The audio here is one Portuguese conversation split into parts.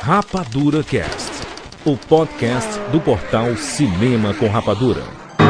Rapadura Cast, o podcast do portal Cinema com Rapadura.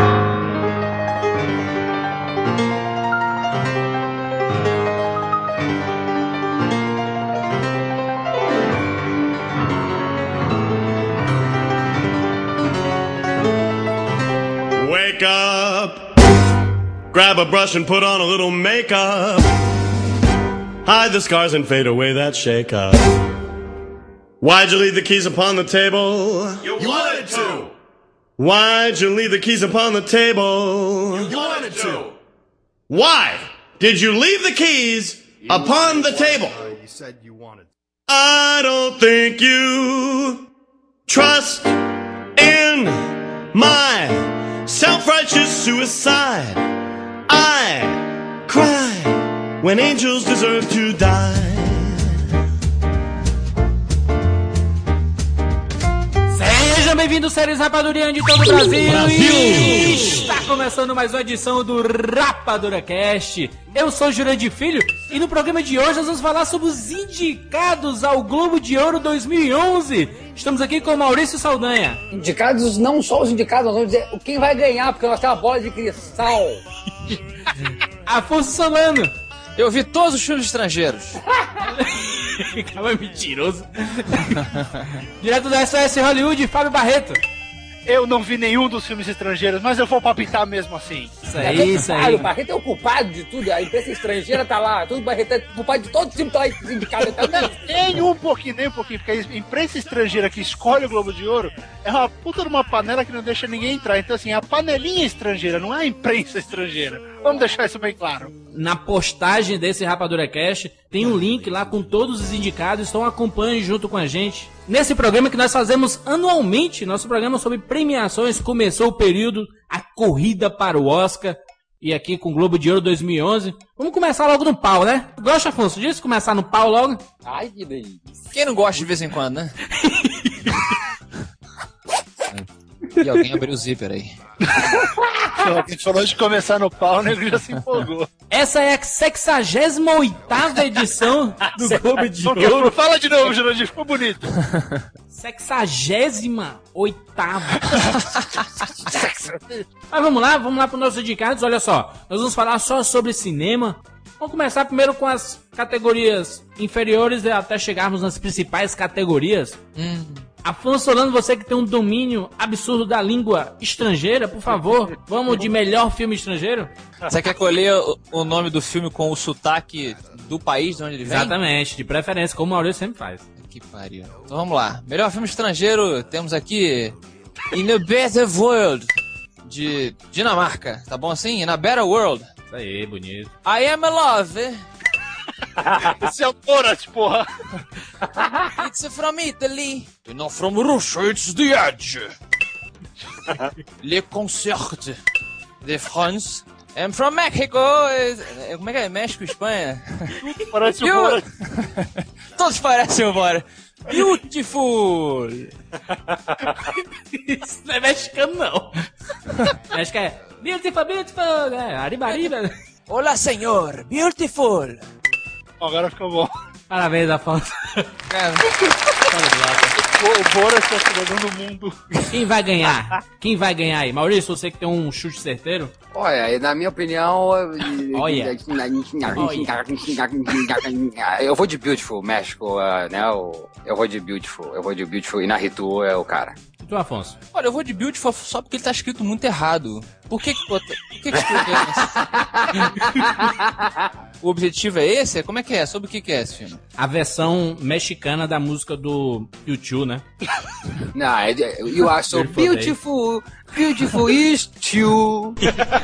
Wake up, grab a brush and put on a little makeup, hide the scars and fade away that shake-up. Why'd you leave the keys upon the table? You wanted to! Why'd you leave the keys upon the table? You wanted to! Why did you leave the keys upon the table? You said you wanted to. I don't think you trust in my self-righteous suicide. I cry when angels deserve to die. Sejam bem-vindos, séries Rapadurianos de todo o Brasil. E está começando mais uma edição do Rapadura Cast. Eu sou o Jurandir Filho e no programa de hoje nós vamos falar sobre os indicados ao Globo de Ouro 2011. Estamos aqui com o Maurício Saldanha. Indicados, não só os indicados, nós vamos dizer quem vai ganhar, porque nós temos uma bola de cristal. Afonso Solano. Eu vi todos os filmes estrangeiros. Calma, mentiroso. Direto da SOS Hollywood, Fábio Barreto. Eu não vi nenhum dos filmes estrangeiros, mas eu vou palpitar mesmo assim. Isso aí. O Barreto é o culpado de tudo, a imprensa estrangeira tá lá, todo Barreto é culpado de todo o time que tá lá indicado. Nem um pouquinho, porque a imprensa estrangeira que escolhe o Globo de Ouro é uma puta de uma panela que não deixa ninguém entrar. Então assim, a panelinha estrangeira, não é a imprensa estrangeira. Vamos deixar isso bem claro. Na postagem desse Rapadura Cast tem um link lá com todos os indicados, então acompanhem junto com a gente. Nesse programa que nós fazemos anualmente, nosso programa sobre premiações, começou o período, a corrida para o Oscar, e aqui com o Globo de Ouro 2011. Vamos começar logo no pau, né? Gosta, Afonso, disso? Começar no pau logo? Ai, que delícia. Quem não gosta de vez em quando, né? E alguém abriu o zíper aí. A gente falou de começar no pau, o nego já se empolgou. Essa é a 68ª edição do Globo de Ouro. Fala de novo, Jurandir, ficou bonito. 68ª. Mas vamos lá para os nossos indicados. Olha só, nós vamos falar só sobre cinema. Vamos começar primeiro com as categorias inferiores até chegarmos nas principais categorias. Afonso Solano, você que tem um domínio absurdo da língua estrangeira, por favor, vamos de melhor filme estrangeiro? Você quer que eu leia o nome do filme com o sotaque do país de onde ele vem? Exatamente, de preferência, como o Maurício sempre faz. Que pariu. Então vamos lá. Melhor filme estrangeiro, temos aqui In a Better World, de Dinamarca. Tá bom assim? In a Better World. Isso aí, bonito. I Am Love. Esse é o Borat, porra. It's from Italy. Not from Russia, it's the edge. Le Concert de France. I'm from Mexico. Como é que é? México, Espanha? Parece o Borat. Todos parecem o Borat. Beautiful. Isso não é mexicano, não. Acho que é beautiful, arriba, arriba. Olá, senhor. Beautiful. Agora ficou bom. Parabéns, Afonso. O Borat é o cidadão do mundo. Quem vai ganhar? Quem vai ganhar aí? Maurício, você que tem um chute certeiro? Olha, na minha opinião, eu vou de Beautiful, México, né? Eu vou de Beautiful, Inarritu é o cara. E tu, Afonso? Olha, eu vou de Beautiful só porque ele tá escrito muito errado. Por que escreveu isso? O objetivo é esse? Como é que é? Sobre o que é esse filme? A versão mexicana da música do U2, né? Não, you are so beautiful, beautiful is you.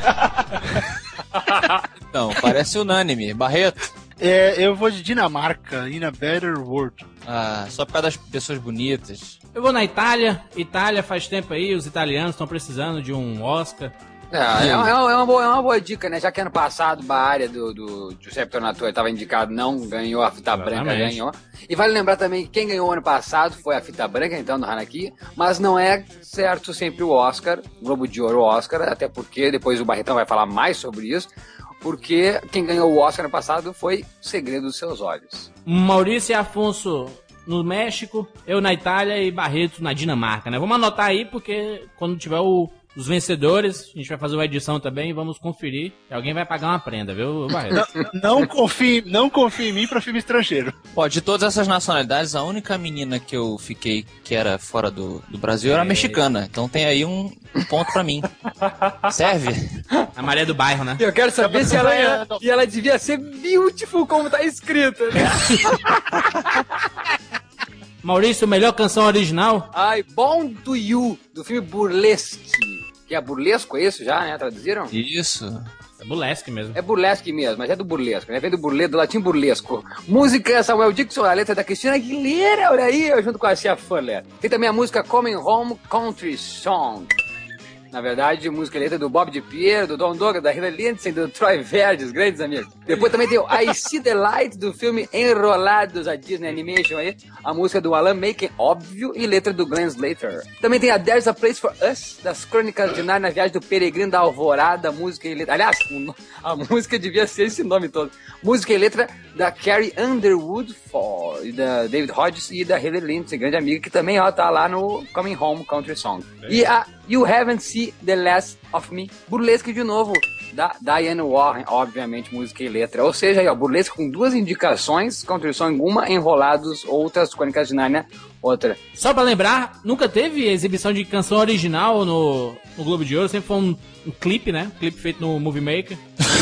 Então, parece unânime. Barreto? Eu vou de Dinamarca, In a Better World. Ah, só por causa das pessoas bonitas. Eu vou na Itália. Itália faz tempo aí, os italianos estão precisando de um Oscar. É uma boa dica, né? Já que ano passado a área do Giuseppe Tornatore estava indicado, não ganhou, a Fita Branca ganhou. E vale lembrar também que quem ganhou ano passado foi a Fita Branca, então, do Hanaki, mas não é certo sempre o Oscar, Globo de Ouro Oscar, até porque depois o Barretão vai falar mais sobre isso, porque quem ganhou o Oscar ano passado foi Segredo dos Seus Olhos. Maurício e Afonso no México, eu na Itália e Barreto na Dinamarca, né? Vamos anotar aí, porque quando tiver os vencedores, a gente vai fazer uma edição também e vamos conferir. E alguém vai pagar uma prenda, viu, Barreto? Não confie em mim pra filme estrangeiro. Pô, de todas essas nacionalidades, a única menina que eu fiquei que era fora do Brasil era mexicana. Então tem aí um ponto pra mim. Serve? A Maria do Bairro, né? Eu quero saber se ela era... E ela devia ser beautiful, como tá escrito, né? Maurício, melhor canção original? Ai, Born to You, do filme Burlesque. Que é burlesco, é isso já, né? Traduziram? Isso. É burlesque mesmo. É burlesque mesmo, mas é do burlesco, né? Vem do latim burlesco. Música Samuel Dixon, a letra da Cristina Aguilera, olha aí, junto com a Cia Fuller. Tem também a música Coming Home Country Song. Na verdade, música e letra do Bob DiPiero, do Don Douglas, da Hillary Lindsay, do Troy Verdes, grandes amigos. Depois também tem o I See the Light, do filme Enrolados, a Disney Animation aí. A música do Alan Menken, óbvio, e letra do Glenn Slater. Também tem a There's a Place for Us, das Crônicas de Narnia, Viagem do Peregrino da Alvorada, música e letra... Aliás, a música devia ser esse nome todo. Música e letra da Carrie Underwood, e da David Hodges e da Hillary Lindsay, grande amiga, que também ó, tá lá no Coming Home Country Song. E a You Haven't Seen the Last of Me, burlesque de novo, da Diane Warren, obviamente, música e letra. Ou seja, aí, ó, burlesque com 2 indicações, Country Song uma, Enrolados, outras, Crônicas de Narnia, outra. Só pra lembrar, nunca teve exibição de canção original no Globo de Ouro, sempre foi um clipe, né? Um clipe feito no Movie Maker.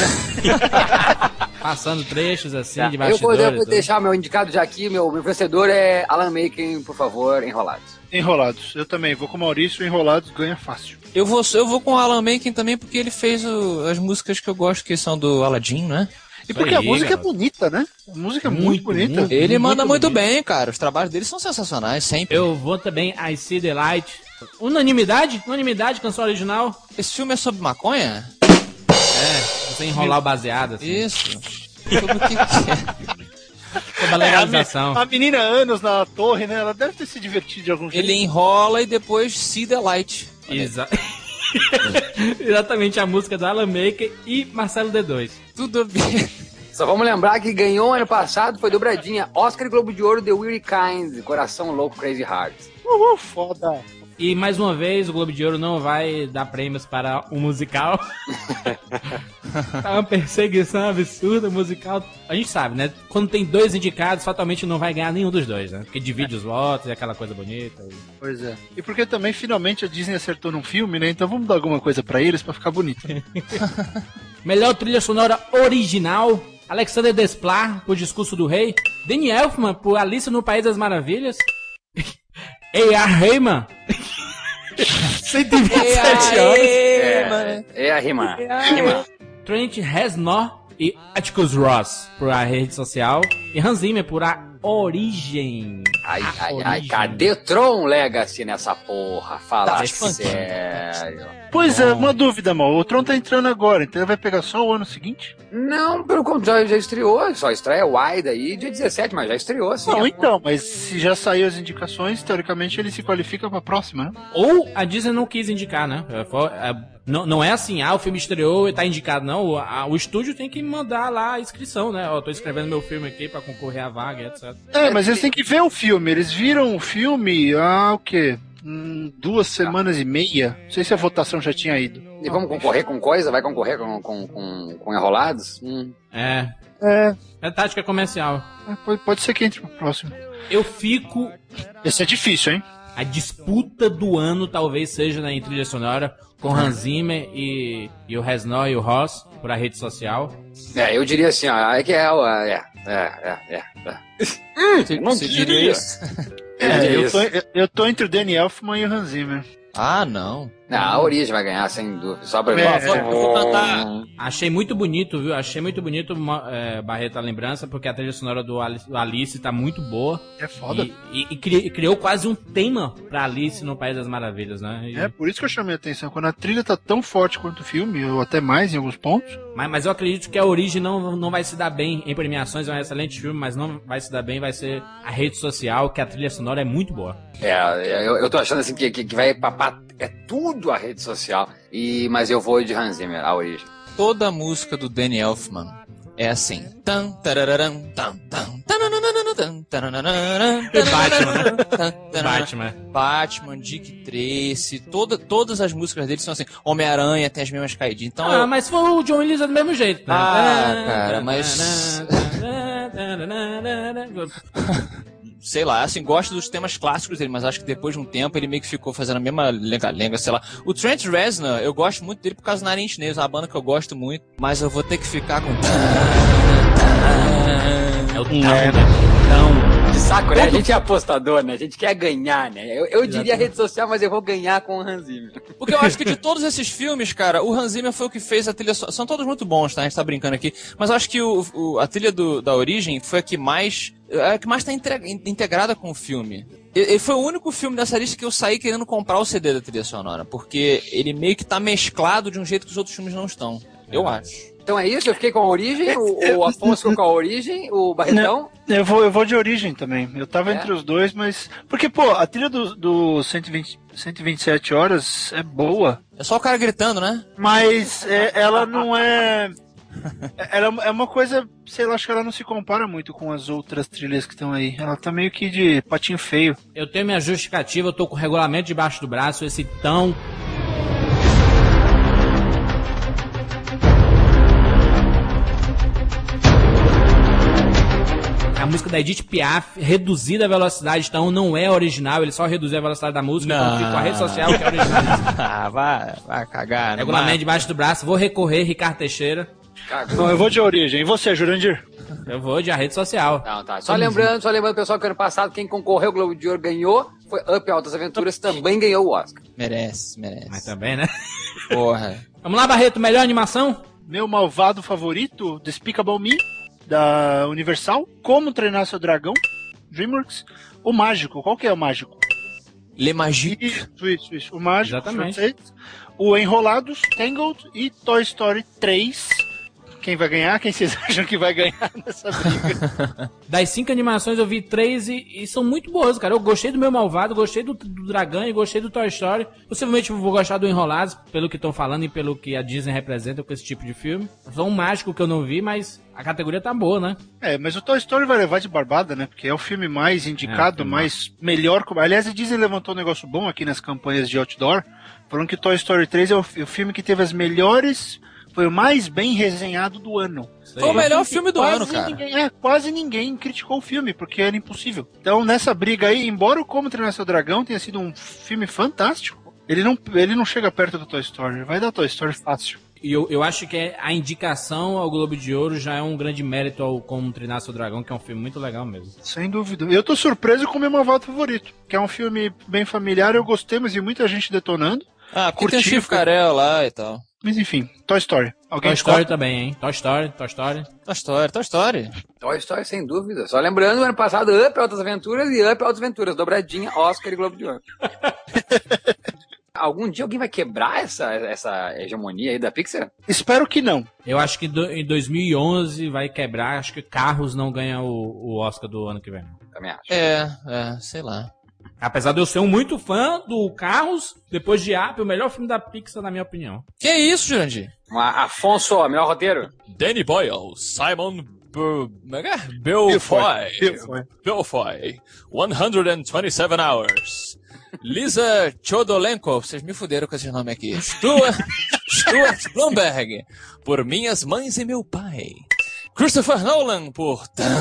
Passando trechos assim, de bastidores. Eu vou deixar meu indicado já aqui, meu vencedor é Alan Menken, por favor, Enrolados. Enrolados. Eu também vou com o Maurício, Enrolados ganha fácil. Eu vou com o Alan Menken também, porque ele fez as músicas que eu gosto, que são do Aladdin, né? E porque a música é bonita, né? A música é muito bonita. Ele manda muito bem, cara. Os trabalhos dele são sensacionais, sempre. Eu vou também I See the Light. Unanimidade, canção original. Esse filme é sobre maconha? Você enrolar o baseado, assim. Isso. Sobre o que é? Sobre a legalização. A menina anos na torre, né? Ela deve ter se divertido de algum jeito. Ele enrola e depois see the light. Exatamente, a música do Alan Menken e Marcelo D2. Tudo bem. Só vamos lembrar que ganhou ano passado, foi dobradinha, Oscar e Globo de Ouro, The Weary Kind, Coração Louco, Crazy Heart. Foda. E mais uma vez, o Globo de Ouro não vai dar prêmios para um musical. Tá uma perseguição absurda, musical. A gente sabe, né? Quando tem 2 indicados, fatalmente não vai ganhar nenhum dos 2, né? Porque divide os votos e aquela coisa bonita. Pois é. E porque também, finalmente, a Disney acertou num filme, né? Então vamos dar alguma coisa pra eles pra ficar bonito. Melhor trilha sonora original. Alexander Desplat, por Discurso do Rei. Danny Elfman, por Alice no País das Maravilhas. A.R. Rahman. 127 horas. É a rima. Trent Reznor e Atticus Ross por A Rede Social. E Hans Zimmer por A Origem. Ai, cadê Tron Legacy nessa porra? Fala sério. Pois é, uma dúvida, mal. O Tron tá entrando agora, então ele vai pegar só o ano seguinte? Não, pelo contrário, já estreou. Só estreia Wide aí dia 17, mas já estreou, assim. Não, então, mas se já saiu as indicações, teoricamente ele se qualifica pra próxima, né? Ou a Disney não quis indicar, né? Não é assim, o filme estreou e tá indicado, não. O estúdio tem que mandar lá a inscrição, né? Tô escrevendo meu filme aqui pra concorrer à vaga, etc. Mas eles têm que ver o filme. Eles viram o filme o quê? 2 semanas e meia. Não sei se a votação já tinha ido. E vamos concorrer com coisa? Vai concorrer com Enrolados? É tática comercial. Pode ser que entre pro próximo. Eu fico... Esse é difícil, hein? A disputa do ano talvez seja na trilha sonora com Hans Zimmer e o Reznor e o Ross por A Rede Social. Eu diria assim, ó, Você diria isso? Eu tô entre o Danny Elfman e o Hans Zimmer. Ah, não. A Origem vai ganhar, sem dúvida. Só pra Eu vou cantar. Achei muito bonito, viu? Achei muito bonito, Barreto, a lembrança, porque a trilha sonora do Alice tá muito boa. É foda. E criou quase um tema pra Alice no País das Maravilhas, né? É por isso que eu chamei a atenção. Quando a trilha tá tão forte quanto o filme, ou até mais em alguns pontos. Mas eu acredito que a Origem não vai se dar bem em premiações. É um excelente filme, mas não vai se dar bem. Vai ser A Rede Social, que a trilha sonora é muito boa. Eu tô achando assim que vai papar tudo a Rede Social. Mas eu vou de Hans Zimmer, A Origem. Toda a música do Danny Elfman é assim. Tan, tarararam, tan, tan, tananana, Batman, Dick Tracy, todas as músicas dele são assim. Homem-Aranha tem as mesmas caidinhas. Então mas foi o John Williams do mesmo jeito, né? Cara, mas... sei lá, assim, gosto dos temas clássicos dele, mas acho que depois de um tempo ele meio que ficou fazendo a mesma lenga-lenga, sei lá. O Trent Reznor, eu gosto muito dele por causa do Nine Inch Nails, é uma banda que eu gosto muito, mas eu vou ter que ficar com... É o tão. De saco, né? A gente é apostador, né? A gente quer ganhar, né? Eu diria rede social, mas eu vou ganhar com o Hans Zimmer. Porque eu acho que de todos esses filmes, cara, o Hans Zimmer foi o que fez a trilha... São todos muito bons, tá? A gente tá brincando aqui. Mas eu acho que a trilha da Origem foi a que mais tá integrada com o filme. Ele foi o único filme dessa lista que eu saí querendo comprar o CD da trilha sonora. Porque ele meio que tá mesclado de um jeito que os outros filmes não estão. Eu acho. Então é isso, eu fiquei com a Origem, o Afonso ficou com a Origem, o Barretão... Eu vou de Origem também. Eu tava entre os dois, mas... Porque, pô, a trilha do 127 horas é boa. É só o cara gritando, né? Mas ela não é... Ela é uma coisa, sei lá, acho que ela não se compara muito com as outras trilhas que estão aí. Ela tá meio que de patinho feio. Eu tenho minha justificativa, eu tô com o regulamento debaixo do braço, esse tão... A música da Edith Piaf, reduzida a velocidade, então não é original, ele só reduziu a velocidade da música, então fica com a rede social que é original. vai cagar, né? Regulamento debaixo do braço, vou recorrer, Ricardo Teixeira. Não, eu vou de Origem. E você, Jurandir? Eu vou de a rede social. Não, tá. Só lembrando, pessoal, que ano passado quem concorreu ao Globo de Ouro ganhou, foi Up Altas Aventuras, também ganhou o Oscar. Merece. Mas também, né? Porra. Vamos lá, Barreto, melhor animação? Meu malvado favorito, Despicable Me, da Universal. Como Treinar Seu Dragão, DreamWorks. O Mágico, qual que é o Mágico? Le Magique. Isso. O Mágico, exatamente. Francês. O Enrolados, Tangled e Toy Story 3. Quem vai ganhar? Quem vocês acham que vai ganhar nessa briga? Das 5 animações eu vi 3 e são muito boas, cara. Eu gostei do Meu Malvado, gostei do Dragão e gostei do Toy Story. Possivelmente eu vou gostar do Enrolados, pelo que estão falando e pelo que a Disney representa com esse tipo de filme. Só um mágico que eu não vi, mas a categoria tá boa, né? Mas o Toy Story vai levar de barbada, né? Porque é o filme mais indicado, melhor. Aliás, a Disney levantou um negócio bom aqui nas campanhas de outdoor, falando que o Toy Story 3 é o filme que teve as melhores... Foi o mais bem resenhado do ano. Foi o melhor filme do ano, cara. Quase ninguém criticou o filme, porque era impossível. Então, nessa briga aí, embora o Como Treinar Seu Dragão tenha sido um filme fantástico, ele não chega perto do Toy Story. Vai dar Toy Story fácil. E eu acho que a indicação ao Globo de Ouro já é um grande mérito ao Como Treinar Seu Dragão, que é um filme muito legal mesmo. Sem dúvida. Eu tô surpreso com o meu malvado favorito, que é um filme bem familiar, eu gostei, mas vi muita gente detonando. Porque tem o Chico Carell lá e tal. Mas enfim, Toy Story. Toy Story também, hein? Toy Story. Toy Story, sem dúvida. Só lembrando, ano passado, Up Altas Aventuras e Up Altas Aventuras. Dobradinha, Oscar e Globo de Ouro. Algum dia alguém vai quebrar essa hegemonia aí da Pixar? Espero que não. Eu acho que em 2011 vai quebrar. Acho que Carros não ganha o Oscar do ano que vem. Também acho. Sei lá. Apesar de eu ser muito fã do Carros, depois de Up, o melhor filme da Pixar, na minha opinião. Que isso, Jurandir? Afonso, melhor roteiro? Danny Boyle, Simon Belfoy, 127 Hours. Lisa Chodolenko, vocês me fuderam com esses nomes aqui. Stuart Blumberg, por Minhas Mães e Meu Pai. Christopher Nolan, por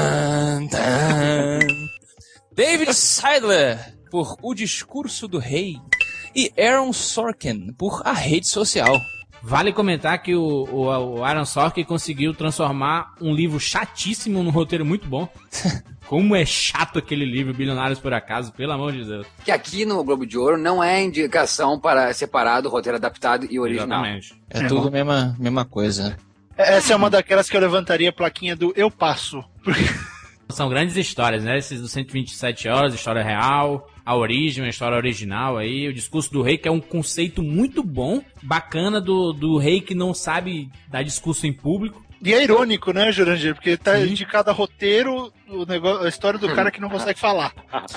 David Seidler, por O Discurso do Rei. E Aaron Sorkin, por A Rede Social. Vale comentar que o Aaron Sorkin conseguiu transformar um livro chatíssimo num roteiro muito bom. Como é chato aquele livro, Bilionários por Acaso, pelo amor de Deus. Que aqui no Globo de Ouro não é indicação para separado, roteiro adaptado e original. Exatamente. É tudo a mesma coisa. Essa é uma daquelas que eu levantaria a plaquinha do Eu Passo. São grandes histórias, né? Esses do 127 Horas, história real, a origem, a história original aí, o discurso do rei, que é um conceito muito bom, bacana do rei que não sabe dar discurso em público. E é irônico, né, Jurandir? Porque tá indicado a roteiro, a história do cara que não consegue falar.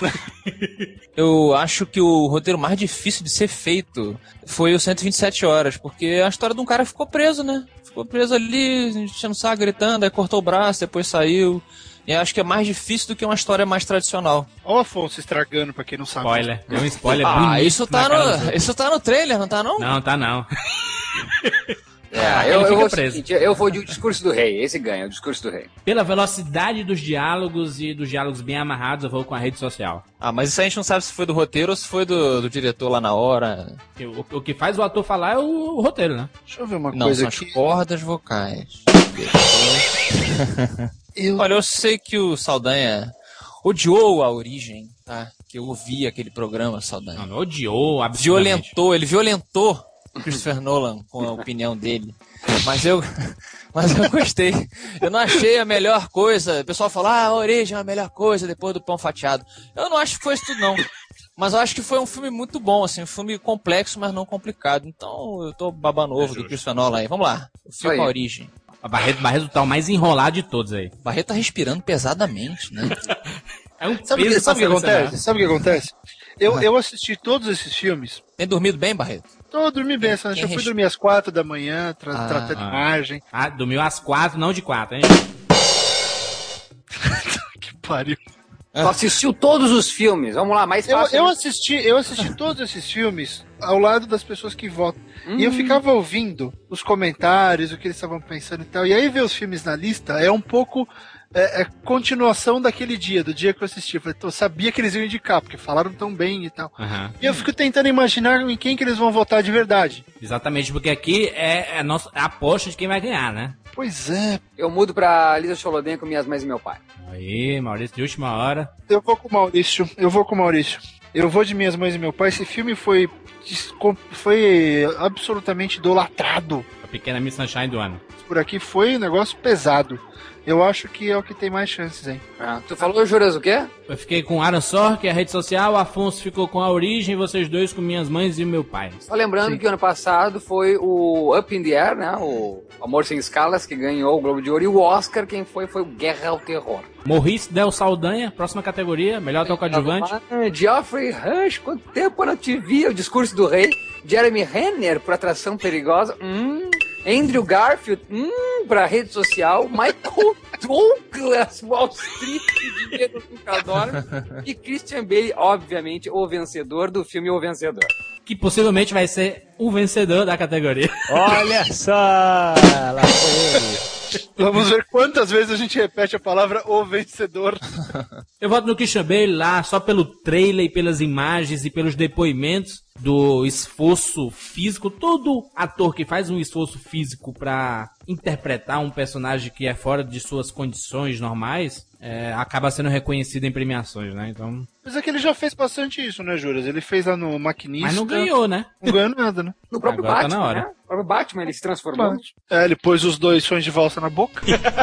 Eu acho que o roteiro mais difícil de ser feito foi o 127 Horas, porque a história de um cara ficou preso, né? Ficou preso ali, enchendo o saco, gritando, aí cortou o braço, depois saiu. E eu acho que é mais difícil do que uma história mais tradicional. Ó o Afonso estragando, pra quem não sabe. Spoiler. Deu um spoiler bonito. Isso tá no trailer, não tá não? Não, tá não. Eu vou de O Discurso do Rei. Esse ganha, O Discurso do Rei. Pela velocidade dos diálogos e dos diálogos bem amarrados, eu vou com a rede social. Ah, mas isso a gente não sabe se foi do roteiro ou se foi do diretor lá na hora. O que faz o ator falar é o roteiro, né? Deixa eu ver uma Não, coisa são aqui. as cordas vocais. Olha, eu sei que o Saldanha odiou a origem, tá? Que eu ouvi aquele programa, Saldanha. Não odiou, absurdamente. Ele violentou Christopher Nolan com a opinião dele. Mas eu gostei. Eu não achei a melhor coisa. O pessoal fala, a origem é a melhor coisa depois do Pão Fatiado. Eu não acho que foi isso tudo, não. Mas eu acho que foi um filme muito bom, assim, um filme complexo, mas não complicado. Então eu tô babando ovo do Christopher Nolan aí. Vamos lá. O filme A Origem. A Barreto tá o mais enrolado de todos aí. Barreto tá respirando pesadamente, né? É um Sabe o que acontece? Sabe o que acontece? Eu assisti todos esses filmes. Tem dormido bem, Barreto? Tô dormindo bem, eu fui dormir às 4 da manhã, tratando imagem. Ah, dormiu às 4, não de 4, hein? Que pariu. Tu assistiu todos os filmes, vamos lá, mais fácil. Eu assisti todos esses filmes ao lado das pessoas que votam. E eu ficava ouvindo os comentários, o que eles estavam pensando e tal. E aí ver os filmes na lista é um pouco continuação daquele dia, do dia que eu assisti. Eu falei, eu sabia que eles iam indicar, porque falaram tão bem e tal. Uhum. E eu fico tentando imaginar em quem que eles vão votar de verdade. Exatamente, porque aqui é a aposta de quem vai ganhar, né? Pois é. Eu mudo pra Lisa Choloden com Minhas Mães e Meu Pai. Aí, Maurício, de última hora. Eu vou com o Maurício. Eu vou de Minhas Mães e Meu Pai. Esse filme foi absolutamente idolatrado. A Pequena Miss Sunshine do ano. Por aqui foi um negócio pesado. Eu acho que é o que tem mais chances, hein? Tu falou, Juras, o quê? Eu fiquei com Aaron Sorkin, a rede social, o Afonso ficou com A Origem, vocês dois com Minhas Mães e Meu Pai. Só lembrando que ano passado foi o Up in the Air, né? O Amor Sem Escalas, que ganhou o Globo de Ouro. E o Oscar, quem foi o Guerra ao Terror. Maurice Del Saldanha, próxima categoria, melhor ator coadjuvante. Geoffrey Rush, quanto tempo eu não te vi? O Discurso do Rei. Jeremy Renner, por Atração Perigosa. Andrew Garfield, pra rede social. Michael Douglas, Wall Street, Dinheiro Nunca Dorme. E Christian Bale, obviamente, o vencedor do filme O Vencedor. Que possivelmente vai ser o vencedor da categoria. Olha só! Lá foi ele. Vamos ver quantas vezes a gente repete a palavra o vencedor. Eu voto no Christian Bale lá só pelo trailer e pelas imagens e pelos depoimentos do esforço físico. Todo ator que faz um esforço físico pra interpretar um personagem que é fora de suas condições normais, acaba sendo reconhecido em premiações, né? Então... Mas é que ele já fez bastante isso, né, Juras? Ele fez lá no Maquinista. Mas não ganhou, né? Não ganhou nada, né? No próprio Agora Batman, tá na hora. né? O próprio Batman, ele se transformou. Ele pôs os dois sons de valsa na boca.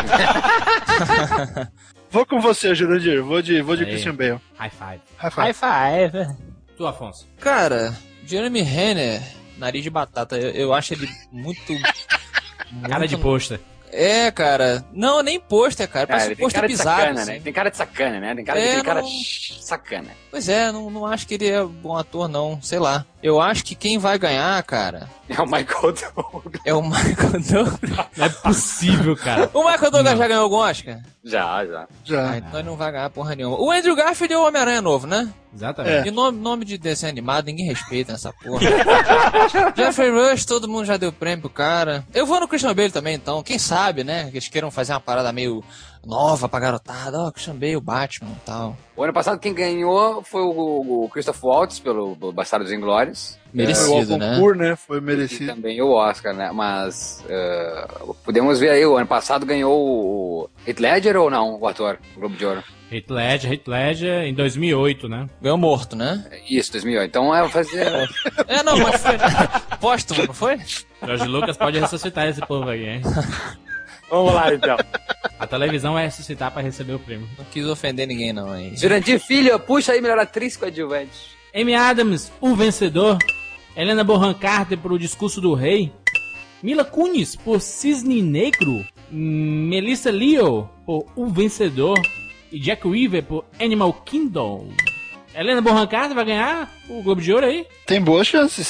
Vou com você, Jurandir. Vou de Christian Bale. High five. High five. Tu, Afonso. Cara, Jeremy Renner, nariz de batata, eu acho ele muito... Cara de pôster. É, cara. Não, nem pôster, cara. Parece um pôster bizarro. Sacana, assim. né? Tem cara de sacana, né? Tem cara sacana. Pois é, não acho que ele é bom ator, não. Sei lá. Eu acho que quem vai ganhar, cara... É o Michael Douglas. É o Michael Douglas. Não é possível, cara. O Michael Douglas já ganhou algum Oscar? Já. Ah, então ele não vai ganhar porra nenhuma. O Andrew Garfield é o Homem-Aranha novo, né? Exatamente. E nome de desenho animado, ninguém respeita essa porra. Jeffrey Rush, todo mundo já deu prêmio pro cara. Eu vou no Christian Bale também, então. Quem sabe, né? Que eles queiram fazer uma parada meio nova pra garotada. Christian Bale, Batman e tal. O ano passado quem ganhou foi o Christoph Waltz pelo Bastardos Inglórios. Merecido, né? Foi merecido. E também o Oscar, né? Mas podemos ver aí, o ano passado ganhou o Heath Ledger ou não, o ator, o Globo de Ouro? Heath Ledger em 2008, né? Ganhou morto, né? Isso, 2008. Então fazer... não, mas foi póstumo, não foi? Jorge Lucas pode ressuscitar esse povo aí, hein? Vamos lá, então. A televisão vai ressuscitar pra receber o prêmio. Não quis ofender ninguém, não, hein? Jurandir Filho, puxa aí melhor atriz coadjuvante. Amy Adams, o vencedor. Helena Bonham Carter por O Discurso do Rei. Mila Kunis por Cisne Negro. Melissa Leo por O Vencedor. E Jack Weaver por Animal Kingdom. Helena Bonham Carter vai ganhar o Globo de Ouro aí? Tem boas chances.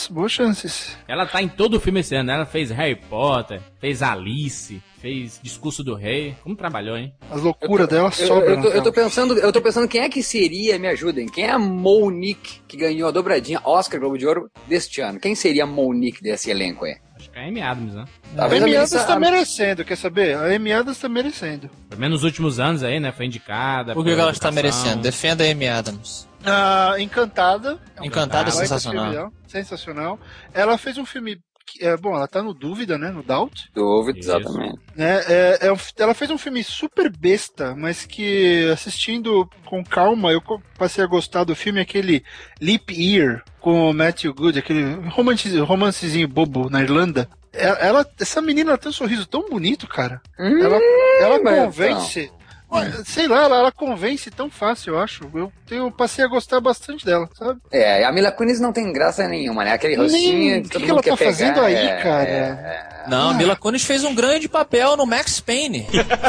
boas chances. Ela tá em todo o filme esse ano. Ela fez Harry Potter, fez Alice, fez Discurso do Rei. Como trabalhou, hein? As loucuras dela sobram. Eu tô pensando quem é que seria, me ajudem, quem é a Monique que ganhou a dobradinha Oscar Globo de Ouro deste ano? Quem seria a Monique desse elenco aí? Acho que é a Amy Adams, né? A Amy Adams tá merecendo, quer saber? A Amy Adams tá merecendo. Pelo menos nos últimos anos aí, né? Foi indicada. Por que ela está merecendo? Defenda a Amy Adams. Encantada. Encantada é Baita sensacional. filme dela, sensacional. Ela fez um filme... bom, ela tá no Dúvida, né? No Doubt. Dúvida, Isso. exatamente. Né? Ela fez um filme super besta, mas que assistindo com calma, eu passei a gostar do filme, aquele Leap Year, com o Matthew Good, aquele romancezinho bobo na Irlanda. Essa menina tem um sorriso tão bonito, cara. Ela convence... Sei lá, ela convence tão fácil, eu acho. Eu passei a gostar bastante dela, sabe? A Mila Kunis não tem graça nenhuma, né? Aquele rostinho... O que ela tá fazendo aí, cara? Não, a Mila Kunis fez um grande papel no Max Payne.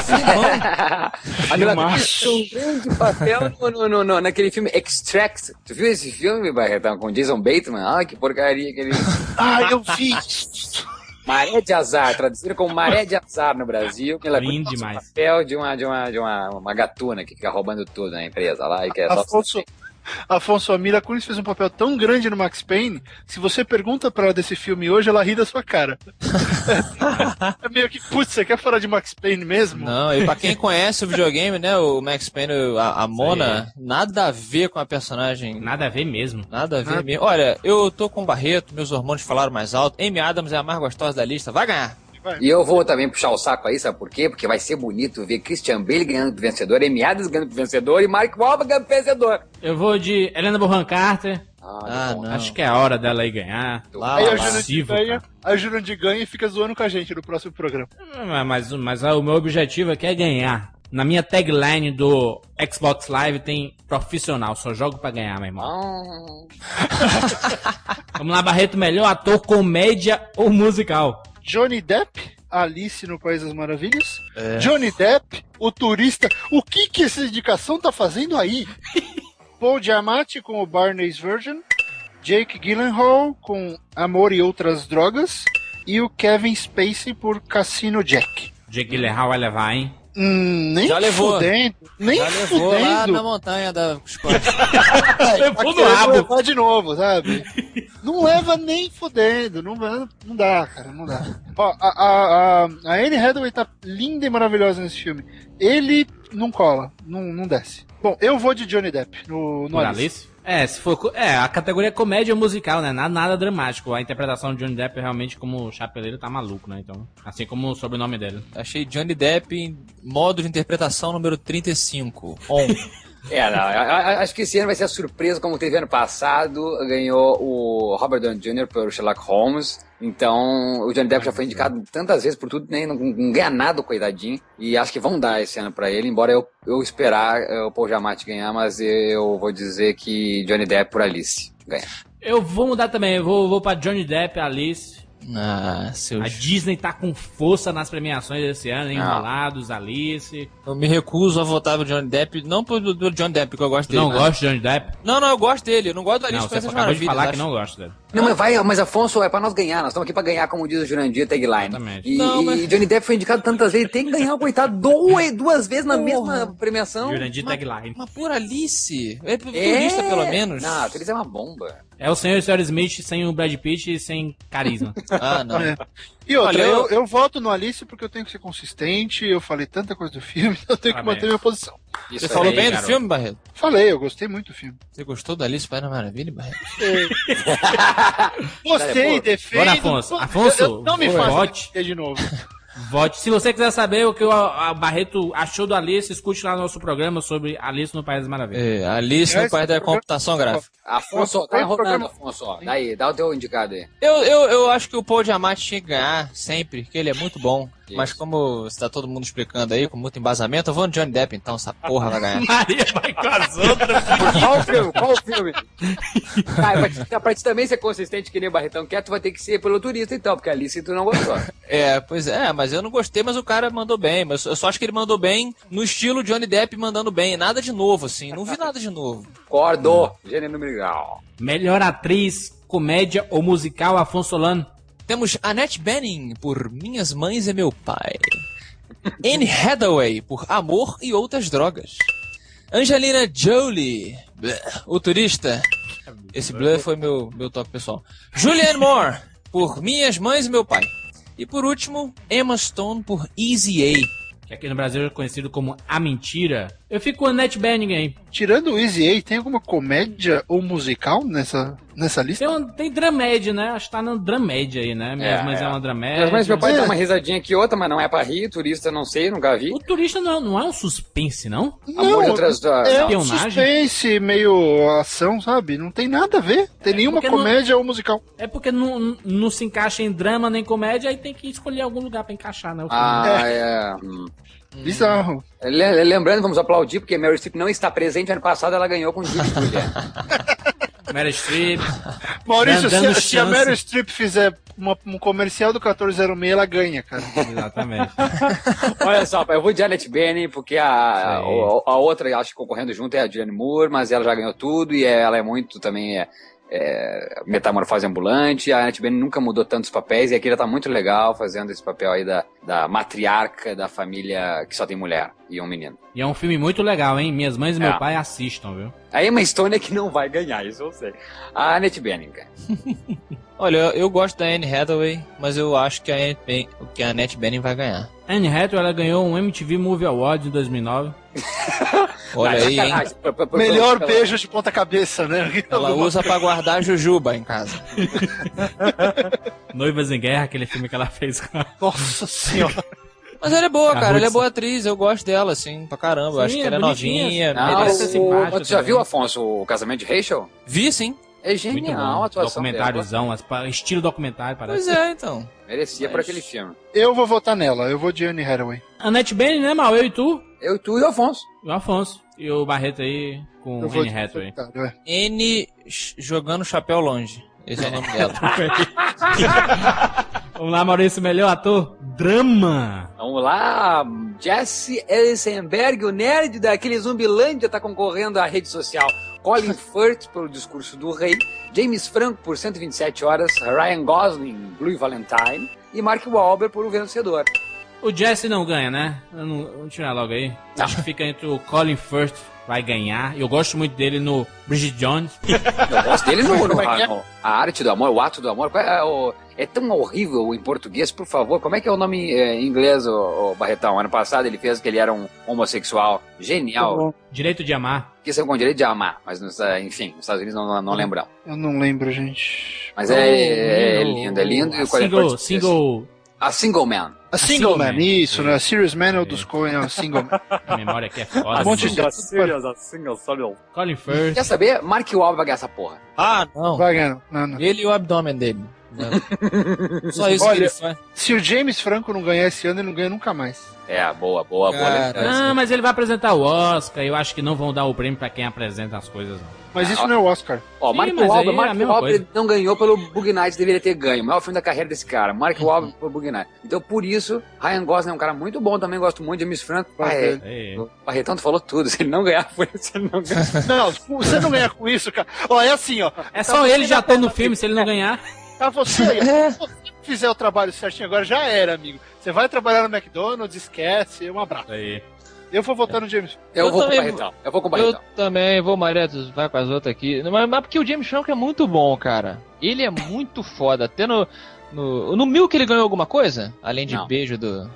A Mila Kunis fez um grande papel naquele filme Extract. Tu viu esse filme, Barretão, com Jason Bateman? Que porcaria que ele... Eu vi! Maré de Azar, traduzido como Maré de Azar no Brasil. Mila Kunis faz o papel de uma gatuna que fica roubando tudo na empresa lá e que é Afonso, a Mila Kunis fez um papel tão grande no Max Payne, se você pergunta pra ela desse filme hoje, ela ri da sua cara. É meio que, putz, você quer falar de Max Payne mesmo? Não, e pra quem conhece o videogame, né, o Max Payne, a Mona, nada a ver com a personagem. Nada a ver mesmo. Nada a ver mesmo. Olha, eu tô com o Barreto, meus hormônios falaram mais alto, Amy Adams é a mais gostosa da lista, vai ganhar. E eu vou também puxar o saco aí, sabe por quê? Porque vai ser bonito ver Christian Bale ganhando pro vencedor, Amy Adams ganhando pro vencedor e Mark Wahlberg ganhando pro vencedor. Eu vou de Helena Bonham Carter. Não. Acho que é a hora dela aí ganhar. Aí a Jurandir ganha e fica zoando com a gente no próximo programa. Mas o meu objetivo aqui é ganhar. Na minha tagline do Xbox Live tem profissional, só jogo pra ganhar, meu irmão. Vamos lá, Barreto, melhor ator, comédia ou musical? Johnny Depp, Alice no País das Maravilhas. Johnny Depp, o turista. O que essa indicação tá fazendo aí? Paul Giamatti com o Barney's Virgin. Jake Gyllenhaal com Amor e Outras Drogas. E o Kevin Spacey por Cassino Jack. Jake Gyllenhaal vai levar, hein? Nem já levou. Fudendo. Nem já levou fudendo. Lá na montanha da Escócia. Levou no rabo. Levar de novo, sabe? Não leva nem fudendo. Não dá, cara. Não dá. Ó, a Anne Hathaway tá linda e maravilhosa nesse filme. Ele não cola. Não desce. Bom, eu vou de Johnny Depp no Alice. Se for. A categoria é comédia musical, né? Nada dramático. A interpretação de Johnny Depp realmente, como chapeleiro, tá maluco, né? Então, assim como o sobrenome dele. Achei Johnny Depp em modo de interpretação número 35. Acho que esse ano vai ser a surpresa, como teve ano passado. Ganhou o Robert Downey Jr. por Sherlock Holmes. Então, o Johnny Depp já foi indicado tantas vezes por tudo, nem não ganha nada, coitadinho. E acho que vão dar esse ano pra ele, embora eu esperar o Paul Giamatti ganhar, mas eu vou dizer que Johnny Depp por Alice ganha. Eu vou mudar também, eu vou pra Johnny Depp, Alice. A Disney tá com força nas premiações desse ano, Enrolados, Alice. Eu me recuso a votar pro Johnny Depp, não pro Johnny Depp, porque eu gosto dele. Não gosto de Johnny Depp? Não, eu gosto dele, eu não gosto do Alice. Você acabou de falar que não gosta dele. Não, mas Afonso, é pra nós ganhar, nós estamos aqui pra ganhar, como diz o Jurandir, tagline. Exatamente. E Johnny Depp foi indicado tantas vezes, tem que ganhar, coitado, duas vezes na mesma premiação. Jurandir tagline. Mas por Alice, é turista pelo menos. Não, turista é uma bomba. É o senhor e o Sr. Smith sem o Brad Pitt e sem carisma. Não. E outra, eu voto no Alice porque eu tenho que ser consistente, eu falei tanta coisa do filme, eu tenho que manter minha posição. Você falou bem do filme, Barreto? Falei, eu gostei muito do filme. Você gostou do Alice País da Maravilha, Barreto? Gostei, defendo. Bora, Afonso, não me vote de novo. Vote. Se você quiser saber o que o Barreto achou do Alice, escute lá no nosso programa sobre Alice no País das Maravilhas. Alice no País da Computação Gráfica. Afonso, tá enrolando, Afonso. Daí, dá o teu indicado aí. Eu acho que o Paul Giamatti tinha que ganhar sempre, que ele é muito bom. Isso. Mas como está todo mundo explicando aí, com muito embasamento, eu vou no Johnny Depp, então essa porra vai ganhar. Maria vai com as outras. Qual o filme? Pra ti também ser consistente que nem o Barretão quer, tu vai ter que ser pelo turista então, porque ali se tu não gostou. Pois é, mas eu não gostei, mas o cara mandou bem. Mas eu só acho que ele mandou bem no estilo Johnny Depp mandando bem. Nada de novo, assim, não vi nada de novo. Concordo. Gênero número. Melhor atriz comédia ou musical, Afonso Solano? Temos Annette Bening por Minhas Mães e Meu Pai. Anne Hathaway por Amor e Outras Drogas. Angelina Jolie, O Turista. Esse blé foi meu toque pessoal. Julianne Moore por Minhas Mães e Meu Pai. E por último, Emma Stone por Easy A. Que aqui no Brasil é conhecido como A Mentira. Eu fico com a Annette Bening aí. Tirando o Easy A, tem alguma comédia ou musical nessa lista? Tem dramédia, né? Acho que tá na dramédia aí, né? Minhas Mães é uma dramédia. Mas meu pai dá uma risadinha aqui, outra, mas não é pra rir. Turista, não sei, nunca vi. O Turista não é um suspense, não? Amor e Outras Drogas. É Espionagem? um suspense, meio ação, sabe? Não tem nada a ver. Tem nenhuma comédia ou musical. É porque não se encaixa em drama nem comédia, aí tem que escolher algum lugar pra encaixar, né? O filme. Bizarro. Lembrando, vamos aplaudir, porque Meryl Streep não está presente. Ano passado ela ganhou com Judy Julia. Meryl Streep. Maurício, dando se a chance. Meryl Streep fizer um comercial do 1406, ela ganha, cara. Exatamente. Olha só, eu vou de Annette Bening, porque a outra, acho que concorrendo junto, é a Julianne Moore, mas ela já ganhou tudo e ela é muito também... metamorfose ambulante. A Annette Bening nunca mudou tantos papéis e aqui ela tá muito legal fazendo esse papel aí da matriarca da família que só tem mulher e um menino. E é um filme muito legal, hein? Minhas Mães e Meu Pai assistam, viu? A Emma Stone é que não vai ganhar, isso eu sei. A Annette Bening, cara. Olha, eu gosto da Anne Hathaway, mas eu acho que a Annette Bening vai ganhar. Anne Hathaway, ela ganhou um MTV Movie Award em 2009. Olha aí, hein? Melhor beijo de ponta cabeça, né? Ela usa pra guardar jujuba em casa. Noivas em Guerra, aquele filme que ela fez com a... Nossa senhora. Mas ela é boa, cara. Ela é Hudson. boa atriz. Eu gosto dela, assim, pra caramba. Sim, Acho que ela é bonitinha. novinha. Não, Merece ser simpática mas tu já também. viu, Afonso, o Casamento de Rachel? Vi, sim. É Muito genial bom. a atuação dela. Documentáriozão, estilo documentário, parece. Pois é, então. Merecia por aquele filme. Eu vou votar nela, eu vou de Anne Hathaway. Annette Bening, né, Mal? Eu e tu. Eu, tu e o Afonso. E o Afonso. E o Barreto aí com Eu vou Anne de Hathaway. N jogando chapéu longe. Esse é o nome dela. Vamos lá, Maurício, melhor ator? Drama. Vamos lá, Jesse Eisenberg, o nerd daquele Zumbilândia, tá concorrendo à rede social. Colin Firth pelo Discurso do Rei, James Franco por 127 horas, Ryan Gosling, Blue Valentine e Mark Wahlberg por O Vencedor. O Jesse não ganha, né? Vamos tirar logo aí. Acho que fica entre o Colin Firth, vai ganhar. Eu gosto muito dele no Bridget Jones. Eu gosto dele A Arte do Amor, o Ato do Amor. É tão horrível em português, por favor. Como é que é o nome em inglês, o Barretão? Ano passado ele fez que ele era um homossexual. Genial. Direito de Amar. Que são com direito de amar, mas enfim, nos Estados Unidos não lembramos. Eu não lembro, gente. Mas é lindo, é lindo. E o A Single Man. A Single Man, isso, né? A Serious Man é o dos Coen, a Single Man. A memória aqui é foda. Um monte de... Colin Firth. Quer saber? Mark Wahlberg vai ganhar essa porra. Ah, não. Vai ganhando. Não. Ele e o abdômen dele. Só isso que Olha, ele faz. se o James Franco não ganhar esse ano, ele não ganha nunca mais. Boa. Não, mas ele vai apresentar o Oscar. Eu acho que não vão dar o prêmio pra quem apresenta as coisas, não. Mas isso não é o Oscar. Ó, Sim, Mark mas aí é a Wahlberg mesma coisa. não ganhou pelo Boogie Nights, deveria ter ganho. O maior filme da carreira desse cara. Mark Wahlberg pelo Boogie Nights. Então, por isso, Ryan Gosling é um cara muito bom, também gosto muito de James Franco. O Barretão, tu falou tudo. Se ele não ganhar, foi se ele não ganhar. Não, você não ganha com isso, cara. Ó, é assim, ó. É só ele já tá no filme, se ele não ganhar. Tá você aí, ó. Se você fizer o trabalho certinho agora, já era, amigo. Você vai trabalhar no McDonald's, esquece, um abraço. Aí. Eu vou votar no James. Eu vou com o também Barretão. Eu vou com o Eu Barretão. também vou, Maretos, vai com as outras aqui. Mas porque o James Franco é muito bom, cara. Ele é muito foda. Até no Mil que ele ganhou alguma coisa? Além de Não. beijo do...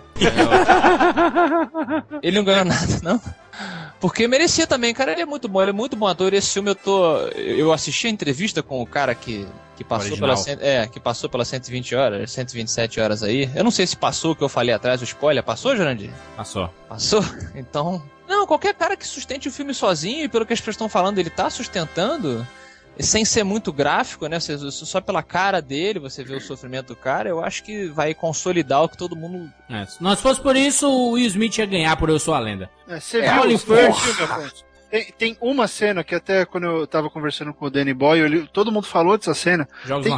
Ele não ganhou nada, não? Porque merecia também, cara. Ele é muito bom ator. Esse filme eu assisti a entrevista com o cara que passou que passou pelas 120 horas, 127 horas aí. Eu não sei se passou o que eu falei atrás, o spoiler. Passou, Jurandir? Passou. Passou? Então... Não, qualquer cara que sustente o filme sozinho, e pelo que as pessoas estão falando, ele tá sustentando, sem ser muito gráfico, né? Só pela cara dele, você vê o sofrimento do cara, eu acho que vai consolidar o que todo mundo... Se não fosse por isso, o Will Smith ia ganhar por Eu Sou a Lenda. Você viu Colin o Firth. filme, Afonso? Tem uma cena que até quando eu tava conversando com o Danny Boyle, todo mundo falou dessa cena. Jogos Tem Mortais.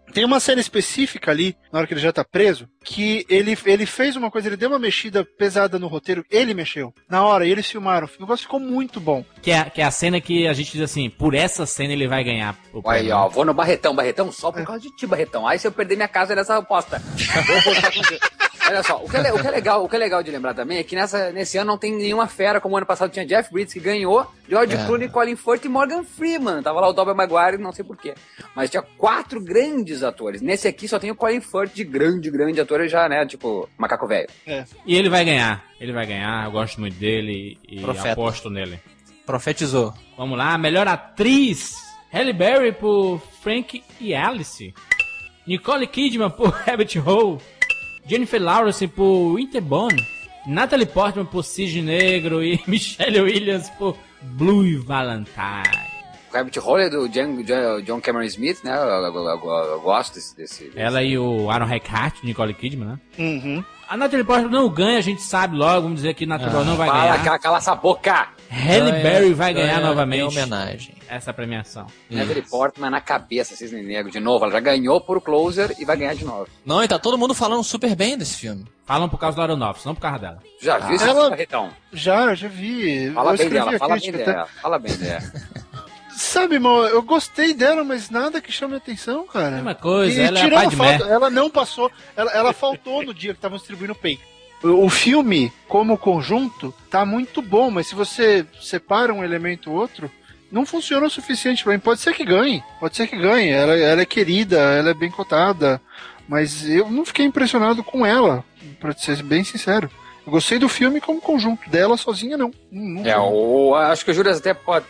Tem uma cena específica ali, na hora que ele já tá preso, que ele fez uma coisa, ele deu uma mexida pesada no roteiro, ele mexeu. Na hora, e eles filmaram. O negócio ficou muito bom. Que é a cena que a gente diz assim, por essa cena ele vai ganhar o Aí, prêmio. ó, vou no Barretão só por causa de ti, Barretão. Aí se eu perder minha casa nessa aposta. Vou apostar com você. Olha só, o que é legal de lembrar também é que nesse ano não tem nenhuma fera, como o ano passado tinha Jeff Bridges, que ganhou, George Clooney, Colin Firth e Morgan Freeman. Tava lá o Tobey Maguire, não sei porquê. Mas tinha 4 grandes atores. Nesse aqui só tem o Colin Firth de grande ator, já, né, tipo, macaco velho. E ele vai ganhar, eu gosto muito dele e Profeta. aposto nele. Profetizou. Vamos lá, melhor atriz, Halle Berry por Frank e Alice, Nicole Kidman por Rabbit Hole, Jennifer Lawrence por Winterborn, Natalie Portman por Cisne Negro e Michelle Williams por Blue Valentine. O Rabbit Hole é do John Cameron Smith, né? Eu gosto desse. Ela e o Aaron Eckhart, Nicole Kidman, né? Uhum. A Natalie Portman não ganha, a gente sabe logo, vamos dizer que Natalie Portman não vai ganhar. Cala essa boca! Halle Berry vai ganhar novamente Em homenagem. essa premiação. Natalie Portman na cabeça, Cisne Negro, de novo. Ela já ganhou por Closer e vai ganhar de novo. Não, e tá todo mundo falando super bem desse filme. Falam por causa do Aronofsky, não por causa dela. Já viu esse Ela- Barretão? Já vi. Fala Eu bem escrevi dela, a fala bem crítica até. dela, fala bem dela. Sabe, irmão, eu gostei dela, mas nada que chame atenção, cara. Mesma coisa, ela é tirando pai a de falta, Mé. ela não passou, ela faltou no dia que estavam distribuindo o Pay. O filme, como conjunto, tá muito bom, mas se você separa um elemento ou outro, não funciona o suficiente pra mim. Pode ser que ganhe. Ela é querida, ela é bem cotada, mas eu não fiquei impressionado com ela, pra ser bem sincero. Eu gostei do filme como conjunto, dela sozinha não. Acho que o Juras até pode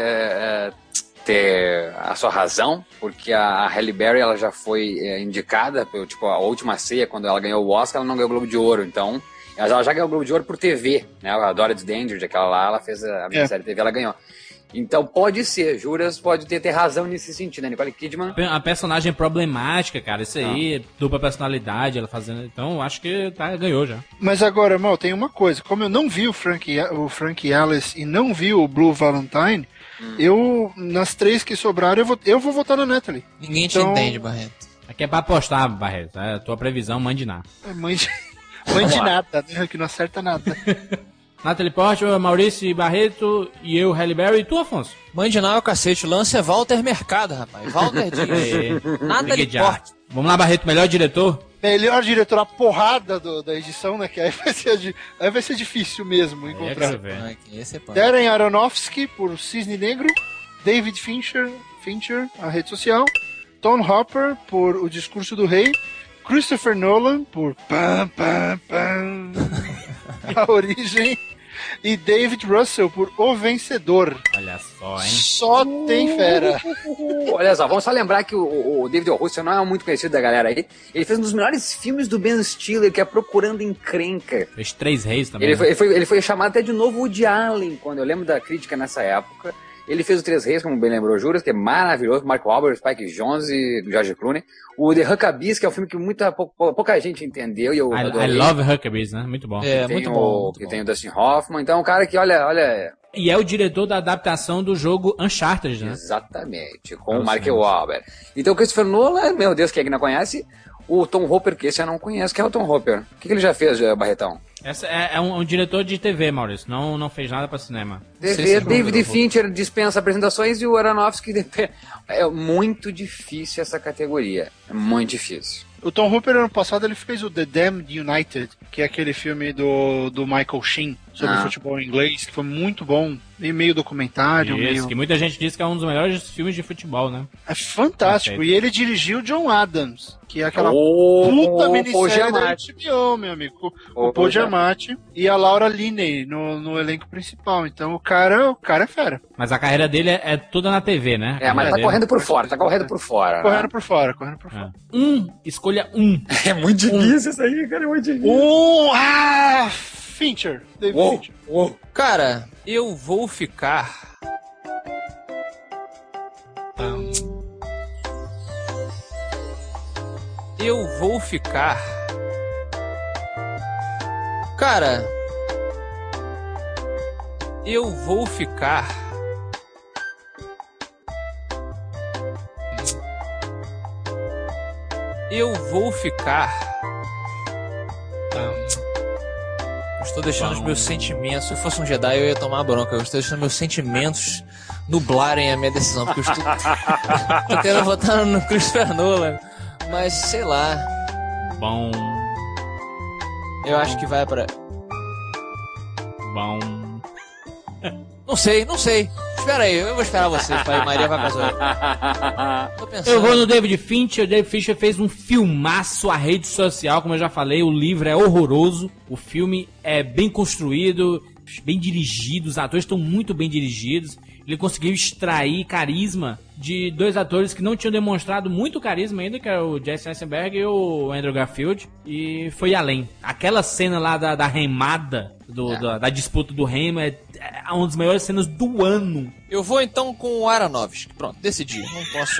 ter a sua razão, porque a Halle Berry ela já foi indicada, tipo, a Última Ceia, quando ela ganhou o Oscar, ela não ganhou o Globo de Ouro, então ela já ganhou o Globo de Ouro por TV, né? A Dorothy Dandridge, aquela lá, ela fez a minissérie TV, ela ganhou. Então pode ser, Juras pode ter razão nesse sentido, né? Nicole Kidman. A personagem problemática, cara, isso aí, dupla personalidade, ela fazendo. Então, acho que ganhou já. Mas agora, Mal, tem uma coisa. Como eu não vi o Frank e Alice e não vi o Blue Valentine, eu, nas 3 que sobraram, eu vou votar na Natalie. Ninguém te Então- entende, Barreto. Aqui é pra apostar, Barreto. É a tua previsão, mande nada. É mãe de nada, né? Que não acerta nada. Natalie Portman, Maurício Barreto e eu, Halle Berry. E tu, Afonso? Mande não é o cacete, o lance é Walter Mercado, rapaz. Walter Dias. Natalie Ligue já. Portman. Vamos lá, Barreto, melhor diretor? Melhor diretor, a porrada da edição, né? Que aí vai ser difícil mesmo É, encontrar. quero ver. Esse é pano. Darren Aronofsky por Cisne Negro, David Fincher, a rede social, Tom Hopper por O Discurso do Rei, Christopher Nolan por Pam Pam Pam, A Origem, e David Russell por O Vencedor. Olha só, hein? Só tem fera. Olha só, vamos só lembrar que o David O. Russell não é muito conhecido da galera aí. Ele fez um dos melhores filmes do Ben Stiller, que é Procurando Encrenca. Fez 3 reis também. Ele, né? ele foi chamado até de novo Woody Allen, quando eu lembro da crítica nessa época. Ele fez o Três Reis, como bem lembrou o Juras, que é maravilhoso, Mark Wahlberg, Spike Jonze e George Clooney. O The Huckabees, que é um filme que pouca gente entendeu, e eu I adorei. Love Huckabees, né? Muito bom. É, Tem muito bom. muito que bom. tem o Dustin Hoffman. Então, um cara que, olha... E é o diretor da adaptação do jogo Uncharted, né? Exatamente, com o Nossa, Mark nossa. Wahlberg. Então, o Christopher Nolan, meu Deus, quem é que não conhece? O Tom Hopper, que esse eu não conheço. Quem é o Tom Hopper? O que ele já fez, Barretão? Essa é um diretor de TV, Maurício. Não fez nada pra cinema. TV, David Fincher dispensa apresentações e o Aronofsky... É muito difícil essa categoria. É muito difícil. O Tom Hopper, ano passado, ele fez o The Damned United, que é aquele filme do Michael Sheen sobre futebol inglês, que foi muito bom, meio documentário, Isso, que muita gente diz que é um dos melhores filmes de futebol, né? É fantástico. Perfeito. E ele dirigiu John Adams, que é aquela Paul puta minissérie da Giamatti. HBO, meu amigo. O Paul Paul Giamatti e a Laura Linney no elenco principal. Então o cara é fera. Mas a carreira dele é toda na TV, né? A É, mas carreira tá dele. correndo por fora, Correndo por fora. Escolha um. É muito difícil isso aí, cara, é muito difícil. Fincher. David Uou, Fincher. uou. Cara, eu vou ficar... Eu vou ficar... Cara... Eu vou ficar... eu vou ficar... Eu estou deixando os meus sentimentos... Se eu fosse um Jedi, eu ia tomar bronca. Eu estou deixando meus sentimentos nublarem a minha decisão. Porque eu estou... tô querendo votar no Christopher Nolan. Mas, sei lá... Bom... Eu acho que vai pra... Bom... Não sei. Espera aí, eu vou esperar você. Pai, Maria vai pra zoar. Tô pensando. Eu vou no David Fincher. O David Fincher fez um filmaço à rede social, como eu já falei. O livro é horroroso. O filme é bem construído, bem dirigido. Os atores estão muito bem dirigidos. Ele conseguiu extrair carisma de dois atores que não tinham demonstrado muito carisma ainda, que é o Jesse Eisenberg e o Andrew Garfield. E foi além. Aquela cena lá da remada, da disputa do reino, é uma das maiores cenas do ano. Eu vou então com o Aronofsky. Pronto, decidi. Não posso.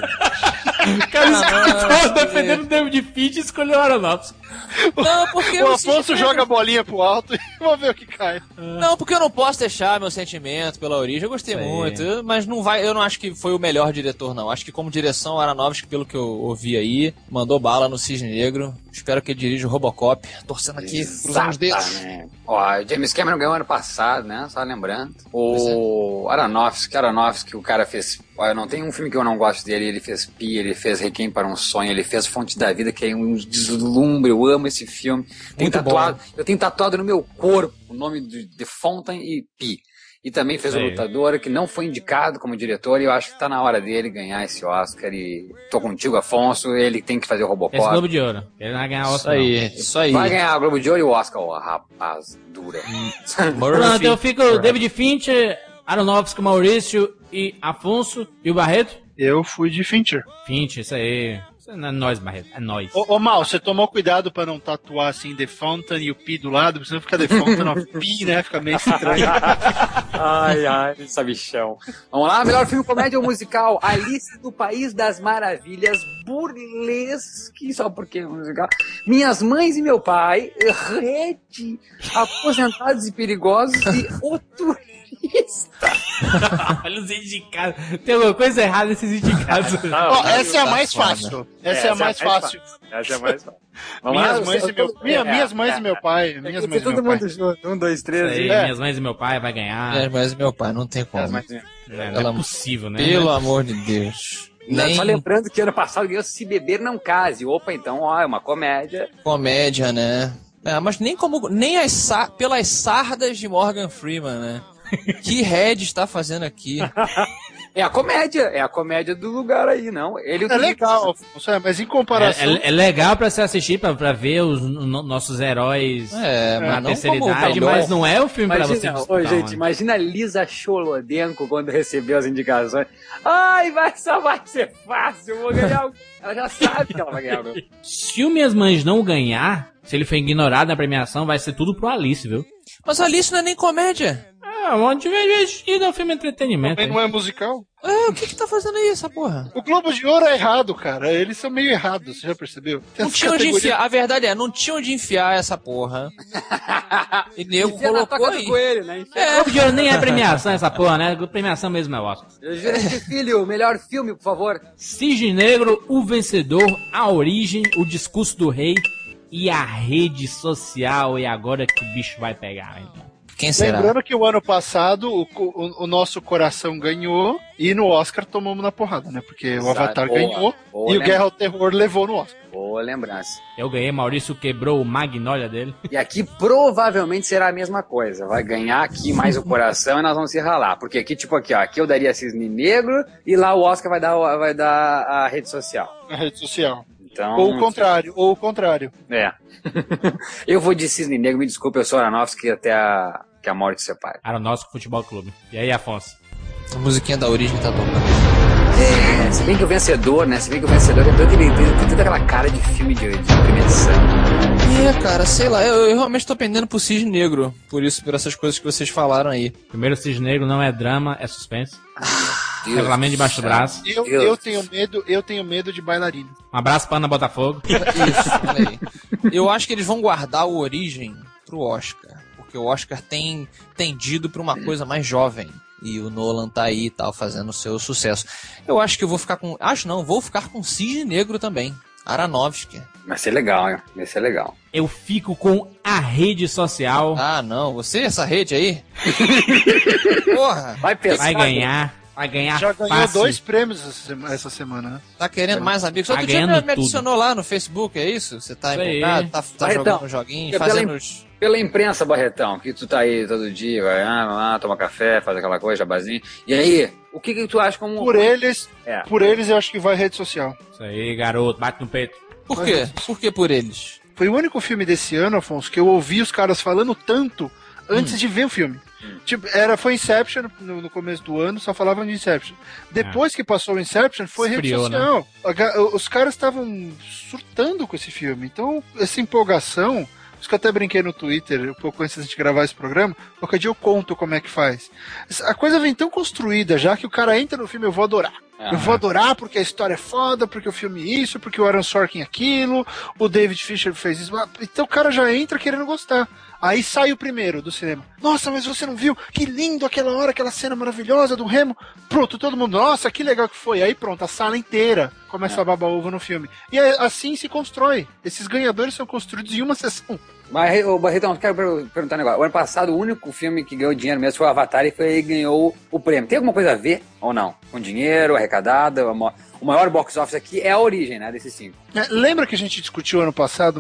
Cara, defendendo o David Fincher e escolheu o Aronofsky. Não, porque o Afonso joga a bolinha pro alto e vamos ver o que cai. Não, porque eu não posso deixar meu sentimento pela origem. Eu gostei muito, mas não vai. Eu não acho que foi o melhor diretor, não. Acho que como direção, o Aronofsky, pelo que eu ouvi aí, mandou bala no Cisne Negro. Espero que ele dirija o Robocop. Torcendo aqui, cruzando os dedos. Ó, James Cameron ganhou ano passado, né? Só lembrando. O Aronofsky, o cara fez... Olha, não tem um filme que eu não gosto dele. Ele fez Pi, ele fez Requiem para um Sonho, ele fez Fonte da Vida, que é um deslumbre. Eu amo esse filme. Eu tenho tatuado no meu corpo o nome de The Fountain e Pi. E também fez o Lutador, que não foi indicado como diretor, e eu acho que tá na hora dele ganhar esse Oscar. E tô contigo, Afonso, ele tem que fazer o Robocop. Esse Globo de Ouro. Ele não vai ganhar o Oscar. Isso aí. Vai ganhar o Globo de Ouro e o Oscar, ó, rapaz, dura. Pronto, eu fico David Fincher, Aronofsky, Maurício e Afonso. E o Barreto? Eu fui de Fincher. Fincher, isso aí. Isso não é nós, Barreto, é nós. Ô Mal, você tomou cuidado pra não tatuar assim The Fountain e o Pi do lado, porque senão fica The Fountain of Pi, né? Fica meio estranho. Ai, sabichão. Vamos lá, melhor filme comédia ou musical? Alice do País das Maravilhas, Burlesque, só porque é musical. Minhas Mães e Meu Pai, Red, Aposentados e Perigosos e O Turista. Olha os indicados. Tem alguma coisa errada nesses indicados. Essa é a mais fácil. Essa é a mais fácil. Essa é a mais fácil. Minhas Mães e Meu Pai. Minhas Mães e Meu Pai. Todo mundo junto. 1, 2, 3. Aí, Minhas Mães e Meu Pai vai ganhar. Minhas Mães e Meu Pai, não tem como. Não é possível, né? Pelo amor de Deus. Só lembrando que ano passado ganhou Se Beber Não Case. Opa, então, ó, é uma comédia. Comédia, né? Mas nem pelas sardas de Morgan Freeman, né? Que Red está fazendo aqui? É a comédia do lugar aí, não? Ele é legal, mas em comparação... É legal pra se assistir, pra ver os nossos heróis na terceira idade, mas não é o filme pra você disputar. Gente, imagina a Lisa Cholodenko quando recebeu as indicações. Ai, só vai ser fácil, eu vou ganhar. Ela já sabe que ela vai ganhar. Se o Minhas Mães não ganhar, se ele for ignorado na premiação, vai ser tudo pro Alice, viu? Mas Alice não é nem comédia. É um divertido, é um filme de entretenimento. Também não é musical? O que tá fazendo aí, essa porra? O Globo de Ouro é errado, cara. Eles são meio errados, você já percebeu? Não tinham de enfiar, a verdade não tinham de enfiar essa porra. E nego colocou aí. Coelho, né? O Globo de Ouro nem é premiação essa porra, né? Premiação mesmo é o Oscar. Jurandir Filho, melhor filme, por favor. Cisne Negro, O Vencedor, A Origem, O Discurso do Rei e A Rede Social. E agora que o bicho vai pegar, então. Quem será? Lembrando que o ano passado o nosso coração ganhou e no Oscar tomamos na porrada, né? Porque o Avatar ganhou e o Guerra ao Terror levou no Oscar. Boa lembrança. Eu ganhei, Maurício quebrou o Magnolia dele. E aqui provavelmente será a mesma coisa. Vai ganhar aqui mais o coração e nós vamos se ralar. Porque aqui, aqui eu daria Cisne Negro e lá o Oscar vai dar a rede social. A rede social. Então, ou o contrário. É. Eu vou de Cisne Negro, me desculpe, eu sou Aronofsky até que a morte separe. Aronofsky Futebol Clube. E aí, Afonso? A musiquinha da Origem tá tocando. Se bem que o vencedor, né? Tem toda aquela cara de filme de premiação. Cara, sei lá, eu realmente tô pendendo pro Cisne Negro. Por essas coisas que vocês falaram aí. Primeiro, Cisne Negro não é drama, é suspense. Regulamento debaixo do braço. Eu tenho medo de bailarino. Um abraço pra Ana Botafogo. Isso, olha aí. Eu acho que eles vão guardar o Origem pro Oscar. Porque o Oscar tem tendido pra uma coisa mais jovem. E o Nolan tá aí e tal, fazendo o seu sucesso. Eu acho que eu vou ficar com... vou ficar com Cisne Negro também. Aronofsky. Vai ser legal, hein? Vai ser legal. Eu fico com a rede social. Ah, não. Você, essa rede aí? Porra. Vai pensar. Vai ganhar Já ganhou fácil. 2 prêmios essa semana, né? Tá querendo mais amigos. Tá Outro dia ganhando me adicionou lá no Facebook, é isso? Você tá Isso aí. empolgado, tá Barretão, jogando joguinhos, pela fazendo os... Pela imprensa, Barretão, que tu tá aí todo dia, vai lá, toma café, faz aquela coisa, jabazinho. E aí, o que tu acha como... Por eles eu acho que vai rede social. Isso aí, garoto, bate no peito. Por quê? Por que por eles? Foi o único filme desse ano, Afonso, que eu ouvi os caras falando tanto antes de ver o filme. Tipo, foi Inception no começo do ano, só falavam de Inception. Depois que passou o Inception, foi Esfriou, rede social. Os caras estavam surtando com esse filme. Então, essa empolgação, isso que eu até brinquei no Twitter, um pouco antes de gravar esse programa, qualquer dia eu conto como é que faz. A coisa vem tão construída já que o cara entra no filme, eu vou adorar. Eu vou adorar porque a história é foda, porque o filme é isso, porque o Aaron Sorkin é aquilo, o David Fincher fez isso. Então o cara já entra querendo gostar. Aí sai o primeiro do cinema. Nossa, mas você não viu? Que lindo aquela hora, aquela cena maravilhosa do Remo. Pronto, todo mundo, nossa, que legal que foi. Aí pronto, a sala inteira começa a babar ovo no filme. E assim se constrói. Esses ganhadores são construídos em uma sessão. Mas, Barretão, quero perguntar um negócio. O ano passado, o único filme que ganhou dinheiro mesmo foi o Avatar e ganhou o prêmio. Tem alguma coisa a ver ou não? Com dinheiro, arrecadada? O maior box office aqui é a origem, né, desses 5. Lembra que a gente discutiu ano passado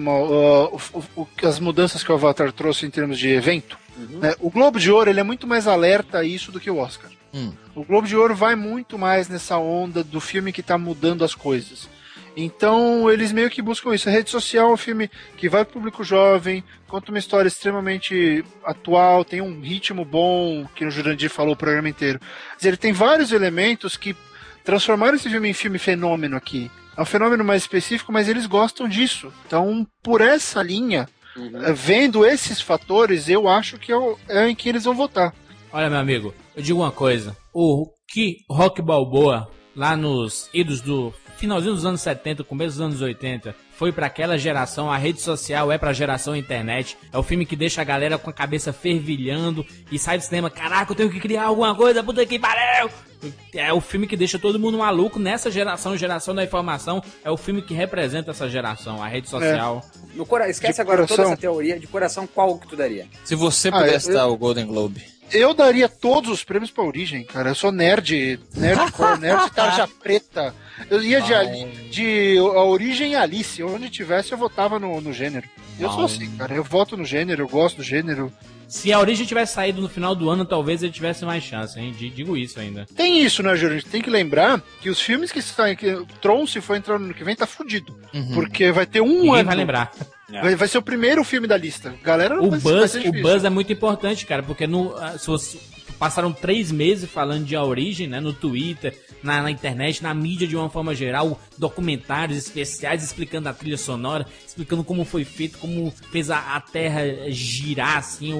as mudanças que o Avatar trouxe em termos de evento? Né? O Globo de Ouro ele é muito mais alerta a isso do que o Oscar. O Globo de Ouro vai muito mais nessa onda do filme que está mudando as coisas. Então eles meio que buscam isso. A rede social é um filme que vai pro público jovem, conta uma história extremamente atual, tem um ritmo bom, que o Jurandir falou o programa inteiro. Quer dizer, ele tem vários elementos que transformaram esse filme em filme fenômeno aqui. É um fenômeno mais específico, mas eles gostam disso. Então, por essa linha, vendo esses fatores, eu acho que é em que eles vão votar. Olha, meu amigo, eu digo uma coisa. O que Rock Balboa, lá nos idos do finalzinho dos anos 70, começo dos anos 80, foi pra aquela geração, a rede social é pra geração internet, é o filme que deixa a galera com a cabeça fervilhando e sai do cinema, caraca, eu tenho que criar alguma coisa, puta que pariu! É o filme que deixa todo mundo maluco nessa geração da informação, é o filme que representa essa geração, a rede social. Esquece agora toda essa teoria, de coração, qual que tu daria? Se você pudesse dar o Golden Globe. Eu daria todos os prêmios pra Origem, cara. Eu sou nerd tarja preta. Eu ia de a Origem e Alice. Onde tivesse, eu votava no gênero. Eu sou assim, cara. Eu voto no gênero, eu gosto do gênero. Se a Origem tivesse saído no final do ano, talvez ele tivesse mais chance, hein? Digo isso ainda. Tem isso, né, Júlio? A gente tem que lembrar que os filmes que saem... Tron, se for entrar no ano que vem, tá fudido. Porque vai ter Ninguém ano... vai lembrar. Vai ser o primeiro filme da lista. Galera, O buzz é muito importante, cara, porque passaram 3 meses falando de A Origem, né, no Twitter, na internet, na mídia de uma forma geral, documentários especiais explicando a trilha sonora, explicando como foi feito, como fez a Terra girar, assim,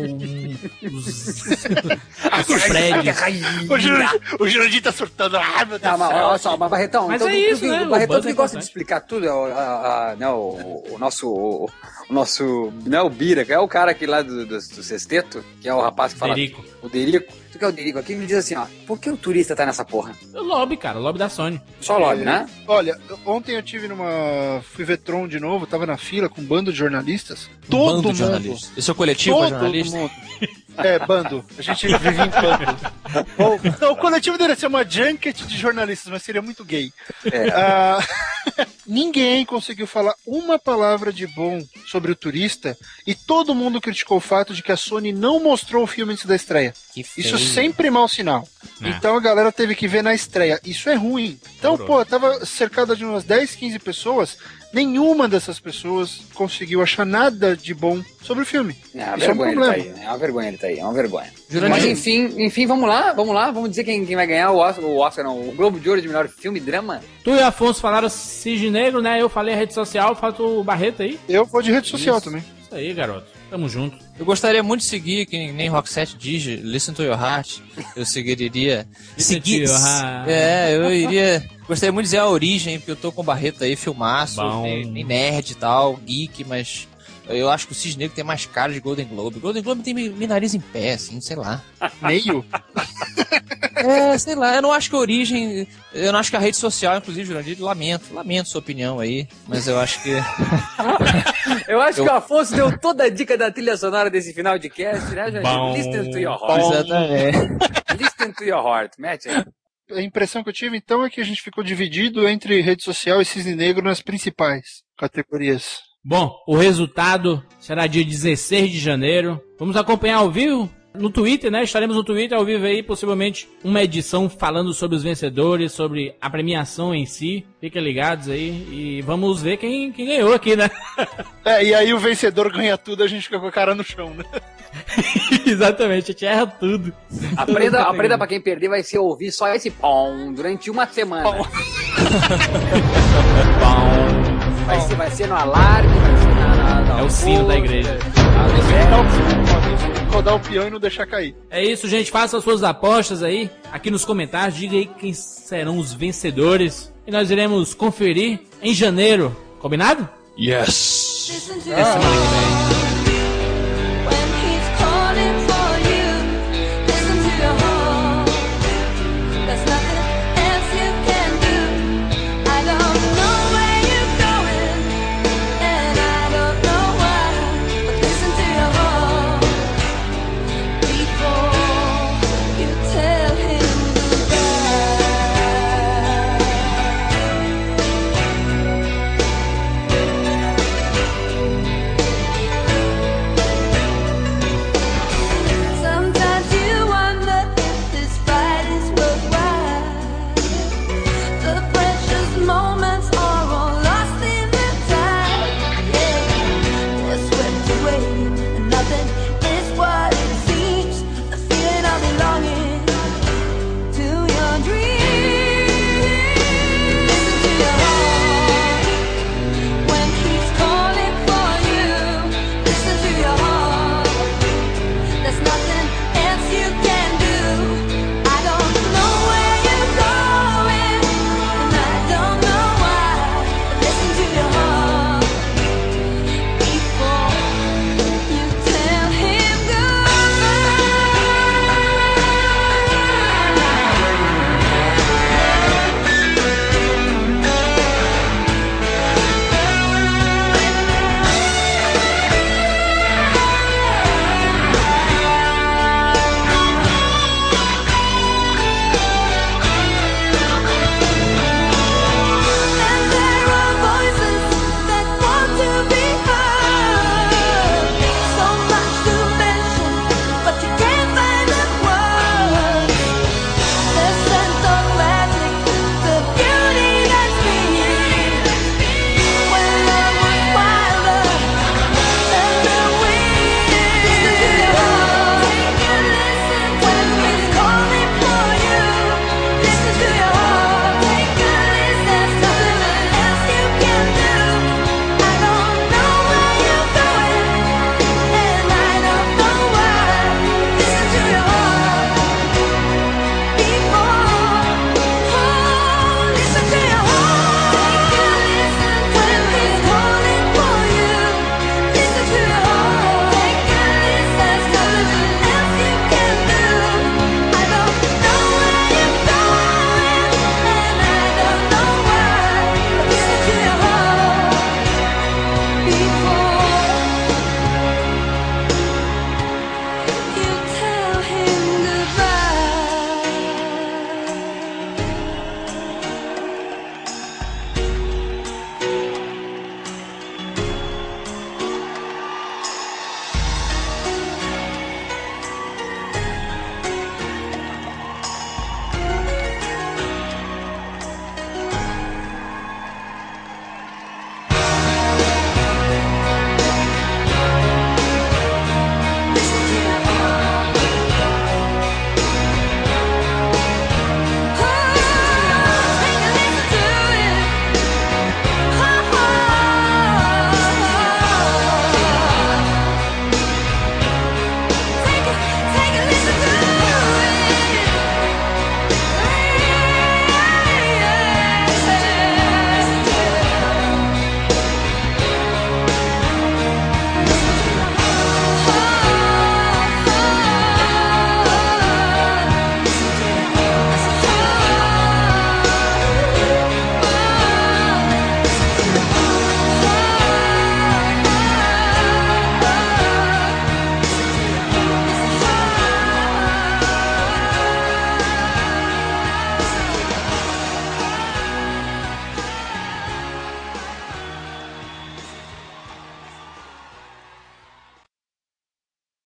os prédios. O Jurandir tá surtando. Ah, meu Deus Não, mas olha só, mas Barretão, Mas então, é isso, né? O Barretão O buzz que é gosta de importante. explicar tudo, o nosso, não é o Bira, que é o cara aqui lá do Sexteto, que é o rapaz que fala... Derico. O Derico. Tu que é o Derico aqui, me diz assim, ó, por que o turista tá nessa porra? O lobby, cara, o lobby da Sony. Só lobby, né? Olha, ontem eu tive fui ver Tron de novo, tava na fila com um bando de jornalistas. Bando Todo de mundo. jornalistas. Esse é o coletivo Todo jornalista? mundo. É, bando. A gente vive em bando. Não, o coletivo deveria ser uma junket de jornalistas, mas seria muito gay. Ninguém conseguiu falar uma palavra de bom sobre o turista e todo mundo criticou o fato de que a Sony não mostrou o filme antes da estreia. Isso sempre é mau sinal. Então a galera teve que ver na estreia. Isso é ruim. Então, tava cercada de umas 10, 15 pessoas. Nenhuma dessas pessoas conseguiu achar nada de bom sobre o filme. É uma Isso é um vergonha problema. ele tá aí, é uma vergonha ele tá aí, é uma vergonha. Jurandir. Mas enfim, vamos lá, vamos dizer quem vai ganhar o Globo de Ouro de melhor filme drama. Tu e o Afonso falaram Cisne Negro, né? Eu falei a rede social, falta o Barreto aí. Eu vou de rede social também. Isso aí, garoto. Tamo junto. Eu gostaria muito de seguir, que nem Roxette diz, Listen to Your Heart. Eu seguiria. Listen to Your Heart. Eu iria. Gostaria muito de dizer A Origem, porque eu tô com o Barreto aí, filmaço, Bom. nem nerd e tal, geek, mas Eu acho que o Cisne Negro tem mais cara de Golden Globe. Golden Globe tem meu nariz em pé, assim, sei lá. Meio? Sei lá, eu não acho que a origem... Eu não acho que a rede social, inclusive, Jurandir, lamento sua opinião aí, mas eu acho que... Eu acho que o Afonso deu toda a dica da trilha sonora desse final de cast, né, Jurandir? Listen to your heart. Exatamente. Listen to your heart, mete aí. A impressão que eu tive, então, é que a gente ficou dividido entre rede social e Cisne Negro nas principais categorias. Bom, o resultado será dia 16 de janeiro. Vamos acompanhar ao vivo no Twitter, né? Estaremos no Twitter ao vivo aí, possivelmente uma edição falando sobre os vencedores, sobre a premiação em si. Fiquem ligados aí e vamos ver quem ganhou aqui, né? E aí o vencedor ganha tudo, a gente fica com a cara no chão, né? Exatamente, a gente erra tudo. Aprenda pra quem perder, vai ser ouvir só esse pom durante uma semana. Vai ser no alarme, vai ser na é o sino da igreja. Rodar o peão e não deixar cair. É isso, gente. Faça as suas apostas aí, aqui nos comentários. Diga aí quem serão os vencedores. E nós iremos conferir em janeiro. Combinado? Yes! Até semana que vem.